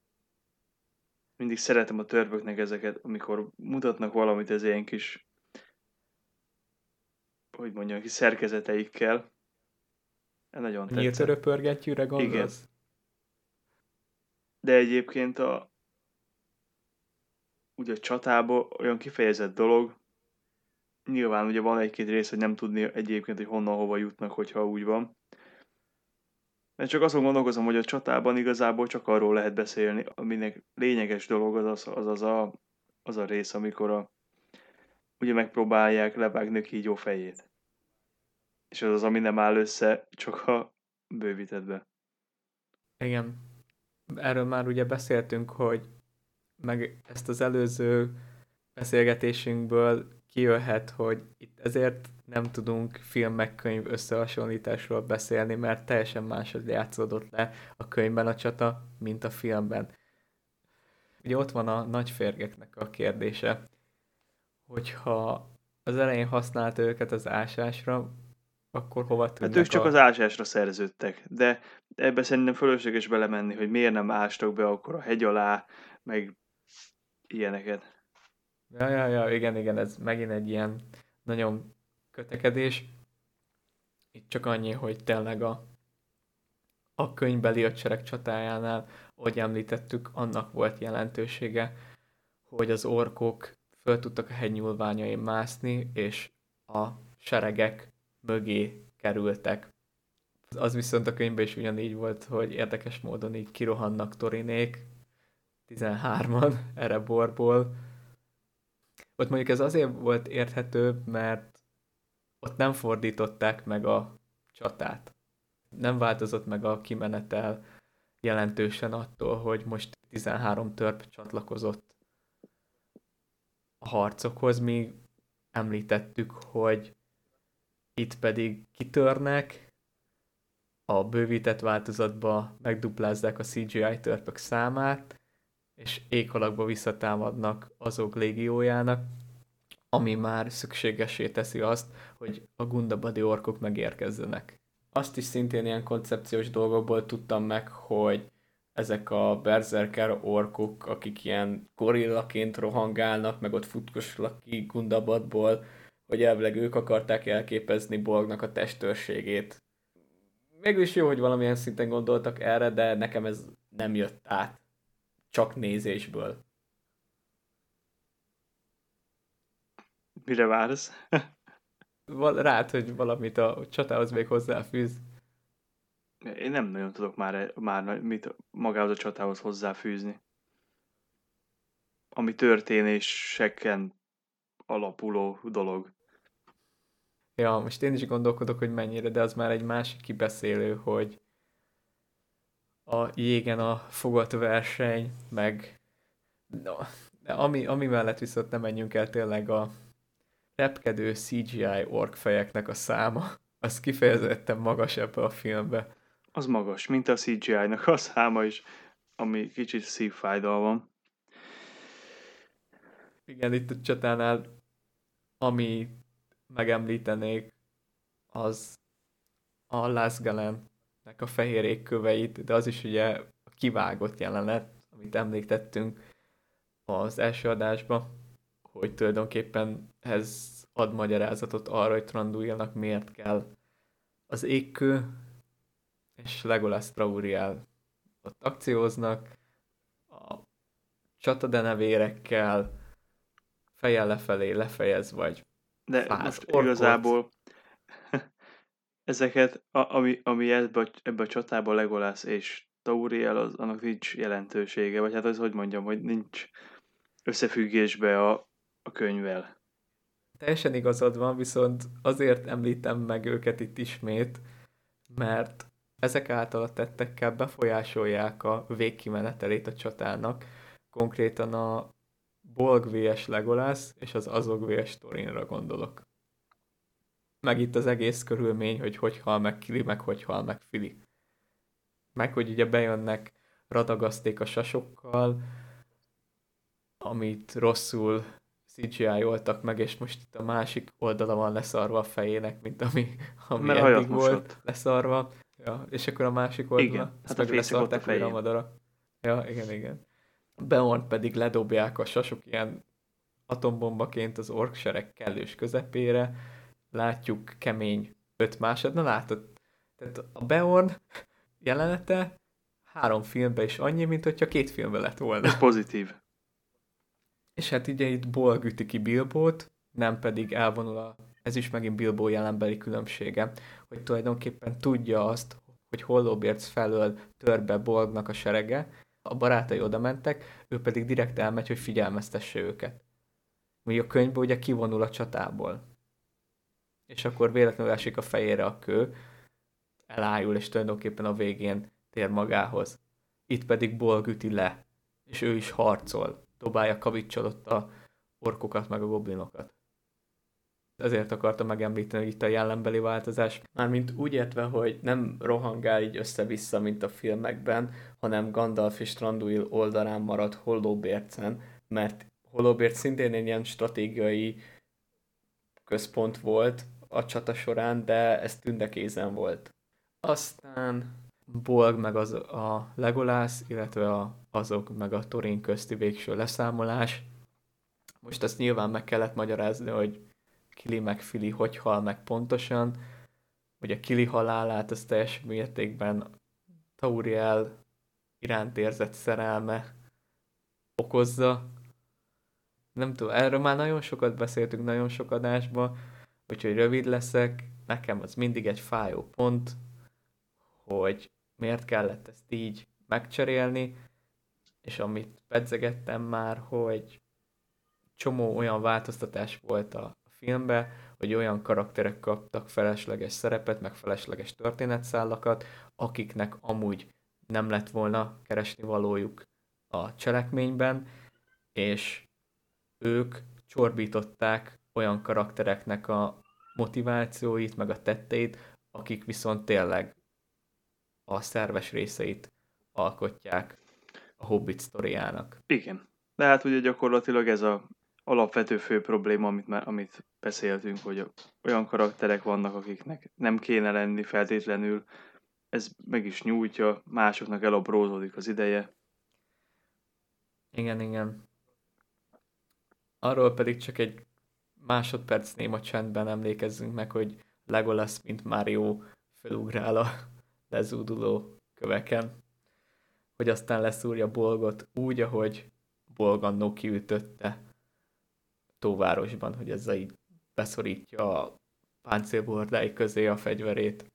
Mindig szeretem a törpöknek ezeket, amikor mutatnak valamit ez ilyen kis, hogy mondjam, kis szerkezeteikkel. Ez nagyon tetszett.
Nyílt öröpörgettyűre gondolsz?
Igen. De egyébként a ugye a csatában olyan kifejezett dolog, nyilván ugye van egy-két rész, hogy nem tudni egyébként, hogy honnan hova jutnak, hogyha úgy van. Mert csak azon gondolkozom, hogy a csatában igazából csak arról lehet beszélni, aminek lényeges dolog az az, az, az, a, az a rész, amikor a, ugye megpróbálják levágni a kígyó fejét. És az az, ami nem áll össze, csak a bővítettbe.
Igen. Erről már ugye beszéltünk, hogy meg ezt az előző beszélgetésünkből kijöhet, hogy itt ezért nem tudunk film-meg-könyv összehasonlításról beszélni, mert teljesen máshogy játszódott le a könyvben a csata, mint a filmben. Ugye ott van a nagy férgeknek a kérdése, hogyha az elején használta őket az ásásra, akkor hova tűnnek
Hát ők csak
a...
az ásásra szerződtek, de ebbe szerintem fölösleges belemenni, hogy miért nem ástak be akkor a hegy alá, meg ilyeneket.
Ja, ja, ja, igen, igen, ez megint egy ilyen nagyon kötekedés. Itt csak annyi, hogy tényleg a, a könyvbeli ötsereg csatájánál, ahogy említettük, annak volt jelentősége, hogy az orkok föl tudtak a hegynyúlványain mászni, és a seregek mögé kerültek. Az viszont a könyvben is ugyanígy volt, hogy érdekes módon így kirohannak torinék, tizenhárman Ereborból. Ott mondjuk ez azért volt érthető, mert ott nem fordították meg a csatát. Nem változott meg a kimenetel jelentősen attól, hogy most tizenhárom törp csatlakozott a harcokhoz, míg említettük, hogy itt pedig kitörnek, a bővített változatba megduplázzák a cé gé i törpök számát, és éghajlakba visszatámadnak azok légiójának, ami már szükségessé teszi azt, hogy a gundabadi orkok megérkezzenek. Azt is szintén ilyen koncepciós dolgokból tudtam meg, hogy ezek a berserker orkok, akik ilyen gorillaként rohangálnak, meg ott futkosnak ki Gundabadból, hogy elvileg ők akarták elképezni Bolgnak a testőrségét. Mégis jó, hogy valamilyen szinten gondoltak erre, de nekem ez nem jött át. Csak nézésből.
Mire vársz?
Val- Rád, hogy valamit a csatához még hozzáfűz.
Én nem nagyon tudok már, már mit magához a csatához hozzáfűzni. Ami történéseken alapuló dolog.
Ja, most én is gondolkodok, hogy mennyire, de az már egy másik kibeszélő, hogy a jégen a fogott verseny, meg no, de ami, ami mellett viszont nem menjünk el, tényleg a repkedő cé gé i ork fejeknek a száma, az kifejezetten magas ebbe a filmbe.
Az magas, mint a cé gé i-nak a száma is, ami kicsit szívfájdalmam.
Igen, itt a csatánál, ami megemlítenék, az a Lasgalennek a fehér égköveit, de az is ugye a kivágott jelenet, amit említettünk az első adásban, hogy tulajdonképpen ez ad magyarázatot arra, hogy Thranduilnak miért kell az égkő, és Legolas Tauriel ott akcióznak, a csatadenevérekkel fejjel lefelé lefejez, vagy
De
fáz
most
orkot.
igazából ezeket, a, ami, ami ebbe, a- ebbe a csatában Legolas és Tauriel, az, annak nincs jelentősége, vagy hát az, hogy mondjam, hogy nincs összefüggésbe a, a könyvvel.
Teljesen igazad van, viszont azért említem meg őket itt ismét, mert ezek által a tettekkel befolyásolják a végkimenetelét a csatának, konkrétan a Bolg vs Legolas és az Azog vs Thorinra gondolok. Meg itt az egész körülmény, hogy hogy hal meg Kili, meg hogy hal meg Fili. Meg hogy ugye bejönnek Radagaszték a sasokkal, amit rosszul cé gé i-oltak meg, és most itt a másik oldala van leszarva a fejének, mint ami, ami
Mert hajat
eddig volt
mosott.
leszarva. Ja, és akkor a másik oldala,
Igen,
ezt
hát a
meg
fészek ott a
leszarták újra a
fején.
madara. Ja, igen, igen. Beorn pedig ledobják a sasok ilyen atombombaként az orksereg kellős közepére. Látjuk kemény öt másod. Na látod? Tehát a Beorn jelenete három filmben is annyi, mint hogyha két filmben lett volna.
Ez pozitív.
És hát ugye itt Bolg üti ki Bilbót, nem pedig elvonul a... Ez is megint Bilbó jelenbeli különbsége, hogy tulajdonképpen tudja azt, hogy Hollóbérc felől tör be Bolgnak a serege, a barátai oda mentek, ő pedig direkt elmegy, hogy figyelmeztesse őket. Míg a könyvben ugye kivonul a csatából. És akkor véletlenül esik a fejére a kő, elájul, és tulajdonképpen a végén tér magához. Itt pedig Bolg üti le, és ő is harcol, dobálja kavicsal ott a orkokat meg a goblinokat. Ezért akartam megemlíteni, hogy itt a jelenbeli változás. Mármint úgy értve, hogy nem rohangál így össze-vissza, mint a filmekben, hanem Gandalf és Thranduil oldalán marad Hollóbércen, mert Hollóbérc szintén egy ilyen stratégiai központ volt a csata során, de ez tündekézen volt. Aztán Bolg meg az, a Legolas, illetve a, azok meg a Thorin közti végső leszámolás. Most ezt nyilván meg kellett magyarázni, hogy Kili meg Fili hogy hal meg pontosan. Hogy a Kili halálát az teljes mértékben Tauriel iránt érzett szerelme okozza. Nem tudom, erről már nagyon sokat beszéltünk, nagyon sok adásban, úgyhogy rövid leszek. Nekem az mindig egy fájó pont, hogy miért kellett ezt így megcserélni, és amit pedzegettem már, hogy csomó olyan változtatás volt a filmbe, hogy olyan karakterek kaptak felesleges szerepet, meg felesleges történetszálakat, akiknek amúgy nem lett volna keresni valójuk a cselekményben, és ők csorbították olyan karaktereknek a motivációit, meg a tetteit, akik viszont tényleg a szerves részeit alkotják a Hobbit sztoriának.
Igen. De hát ugye gyakorlatilag ez a alapvető fő probléma, amit, már, amit beszéltünk, hogy olyan karakterek vannak, akiknek nem kéne lenni feltétlenül, ez meg is nyújtja, másoknak elaprózódik az ideje.
Igen, igen. Arról pedig csak egy másodperc néma csendben emlékezzünk meg, hogy Legolas, mint Mario felugrál a lezúduló köveken, hogy aztán leszúrja Bolgot úgy, ahogy Bolg annó kiütötte Tóvárosban, hogy ezzel így beszorítja a páncélbordái közé a fegyverét.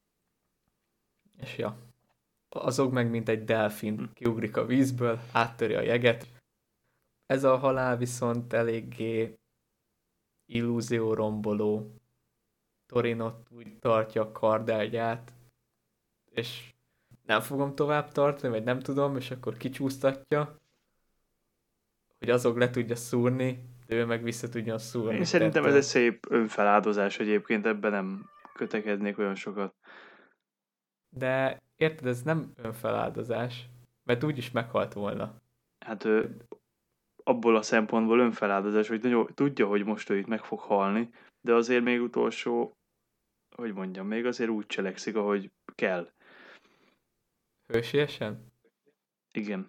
És ja, azok meg, mint egy delfin, kiugrik a vízből, áttöri a jeget. Ez a halál viszont eléggé illúzióromboló. Thorinot úgy tartja a kardárgyát, és nem fogom tovább tartani, vagy nem tudom, és akkor kicsúsztatja, hogy azok le tudja szúrni, de ő meg vissza tudja szúrni.
Én szerintem ez egy szép önfeláldozás egyébként, ebben nem kötekednék olyan sokat.
De érted, ez nem önfeláldozás, mert úgyis meghalt volna.
Hát ő, abból a szempontból önfeláldozás, hogy nagyon, tudja, hogy most ő itt meg fog halni, de azért még utolsó, hogy mondjam, még azért úgy cselekszik, ahogy kell.
Hősiesen?
Igen.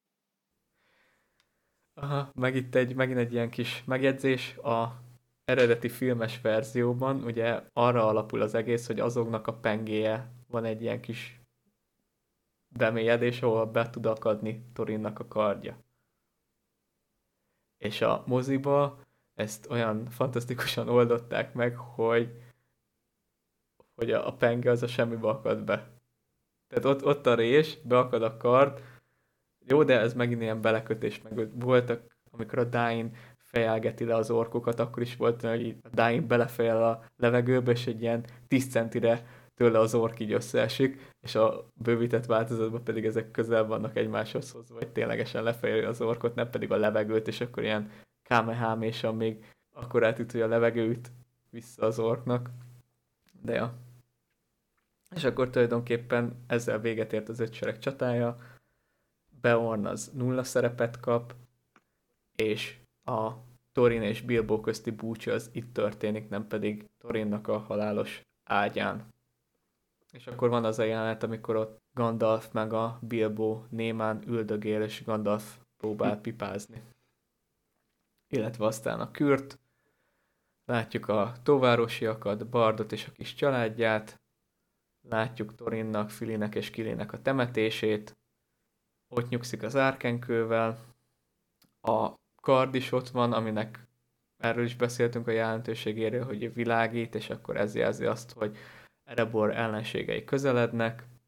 Aha, meg itt egy, megint egy ilyen kis megjegyzés. A eredeti filmes verzióban ugye arra alapul az egész, hogy azoknak a pengéje van egy ilyen kis bemélyedés, ahol be tud akadni Thorinnak a kardja. És a moziba ezt olyan fantasztikusan oldották meg, hogy, hogy a, a penge az a semmibe akad be. Tehát ott, ott a rés, beakad a kard, jó, de ez megint ilyen belekötés, meg voltak, amikor a Dain fejelgeti le az orkokat, akkor is volt, hogy a Dain belefejel a levegőbe, és egy ilyen tíz centire tőle az ork így összeesik, és a bővített változatban pedig ezek közel vannak egymáshoz hozva, hogy ténylegesen lefejeli az orkot, nem pedig a levegőt, és akkor ilyen kámehámésan még akkor átüt, hogy a levegőt vissza az orknak. De ja. És akkor tulajdonképpen ezzel véget ért az ötsereg csatája, Beorn az nulla szerepet kap, és a Thorin és Bilbo közti búcsú az itt történik, nem pedig Thorinnak a halálos ágyán. És akkor van az a jelenet, amikor ott Gandalf meg a Bilbo némán üldögél, és Gandalf próbál pipázni. Illetve aztán a Kürt, látjuk a tóvárosiakat, Bardot és a kis családját, látjuk Thorinnak, Filinek és Kilinek a temetését, ott nyugszik az árkenkővel, a kard is ott van, aminek erről is beszéltünk a jelentőségéről, hogy világít, és akkor ez jelzi azt, hogy Erebor ellenségei közelednek,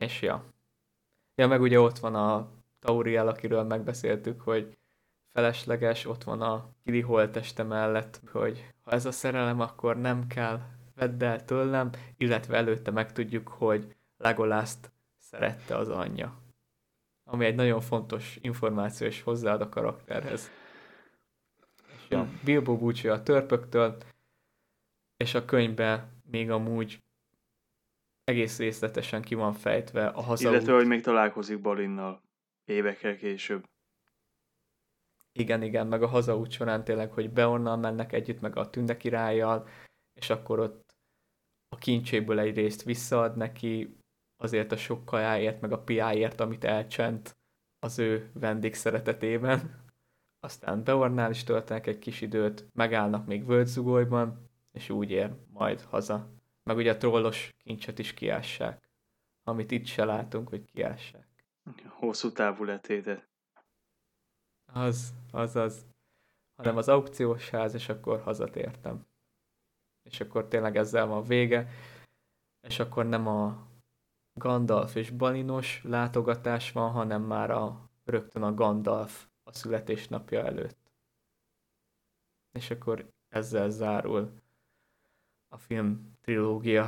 És ja. Ja, meg ugye ott van a Tauriel, akiről megbeszéltük, hogy felesleges, ott van a Kili holtteste mellett, hogy ha ez a szerelem, akkor nem kell, vedd el tőlem, illetve előtte megtudjuk, hogy Legolaszt szerette az anyja. Ami egy nagyon fontos információ, és hozzáad a karakterhez. És ja, Bilbo búcsúja a törpöktől, és a könyvben még amúgy egész részletesen ki van fejtve a hazaút.
Illetve, hogy még találkozik Balinnal évekkel később.
Igen, igen, meg a hazaút során tényleg, hogy Beornnal mennek együtt, meg a Tünde királlyal, és akkor ott a kincséből egy részt visszaad neki, azért a sok kajáért, meg a piáért, amit elcsent az ő vendég szeretetében. Aztán Beornnál is töltenek egy kis időt, megállnak még Völgyzugolyban, és úgy ér majd haza. Meg ugye a trollos kincset is kiássák, amit itt se látunk, hogy kiássák.
Hosszú távú letétet.
Az, az, az. Hanem az aukciós ház, és akkor hazatértem. És akkor tényleg ezzel van vége, és akkor nem a Gandalf és Balinos látogatás van, hanem már a, rögtön a Gandalf a születésnapja előtt. És akkor ezzel zárul a film trilógia.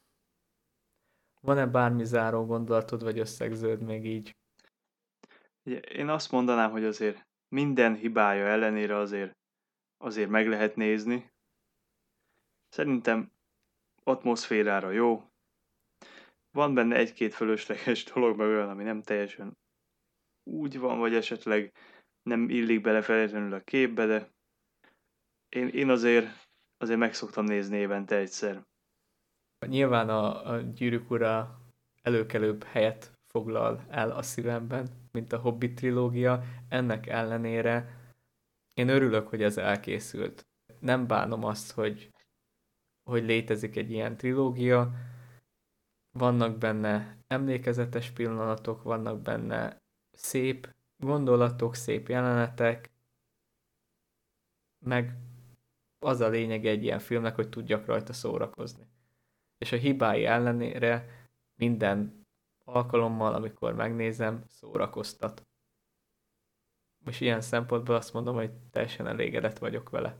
Van-e bármi záró gondolatod, vagy összegződ még így?
Én azt mondanám, hogy azért minden hibája ellenére azért, azért meg lehet nézni. Szerintem atmoszférára jó. Van benne egy-két fölösleges dolog, meg olyan, ami nem teljesen úgy van, vagy esetleg nem illik bele feltétlenül a képbe, de én, én azért, azért meg szoktam nézni évente egyszer.
Nyilván a, a Gyűrűk Ura előkelőbb helyet foglal el a szívemben, mint a Hobbit trilógia. Ennek ellenére én örülök, hogy ez elkészült. Nem bánom azt, hogy, hogy létezik egy ilyen trilógia. Vannak benne emlékezetes pillanatok, vannak benne szép gondolatok, szép jelenetek, meg az a lényeg egy ilyen filmnek, hogy tudjak rajta szórakozni. És a hibái ellenére minden alkalommal, amikor megnézem, szórakoztat. És ilyen szempontból azt mondom, hogy teljesen elégedett vagyok vele.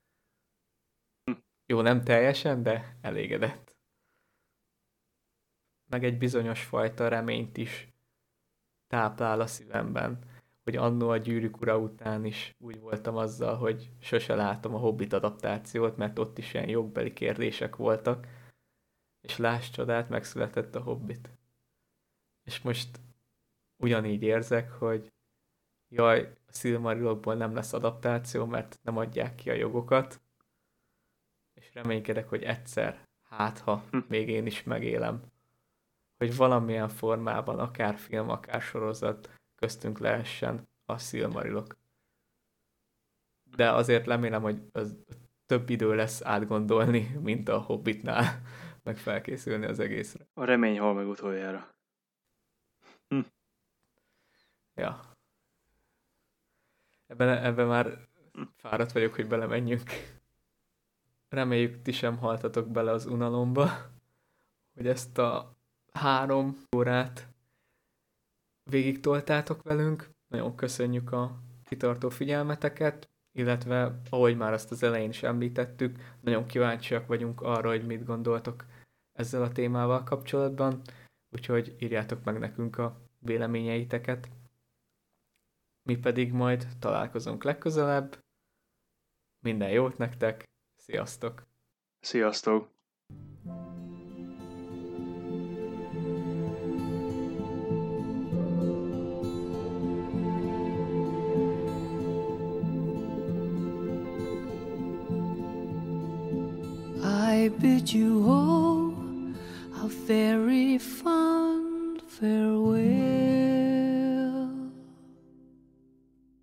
Jó, nem teljesen, de elégedett. Meg egy bizonyos fajta reményt is táplál a szívemben, hogy annó a Gyűrűk Ura után is úgy voltam azzal, hogy sose látom a Hobbit adaptációt, mert ott is ilyen jogbeli kérdések voltak, és láss csodát, megszületett a Hobbit. És most ugyanígy érzek, hogy jaj, a Silmarillokból nem lesz adaptáció, mert nem adják ki a jogokat, és reménykedek, hogy egyszer, hát ha még én is megélem, hogy valamilyen formában, akár film, akár sorozat köztünk lehessen a Silmarillok. De azért remélem, hogy az több idő lesz átgondolni, mint a Hobbitnál, meg felkészülni az egészre.
A remény hal meg utoljára. Hm.
Ja. Ebben, ebben már fáradt vagyok, hogy belemenjünk. Reméljük, ti sem haltatok bele az unalomba, hogy ezt a három órát végig toltátok velünk. Nagyon köszönjük a kitartó figyelmeteket, illetve ahogy már azt az elején is említettük, nagyon kíváncsiak vagyunk arra, hogy mit gondoltok ezzel a témával kapcsolatban, úgyhogy írjátok meg nekünk a véleményeiteket. Mi pedig majd találkozunk legközelebb. Minden jót nektek, sziasztok!
Sziasztok!
I bid you all a very fond farewell.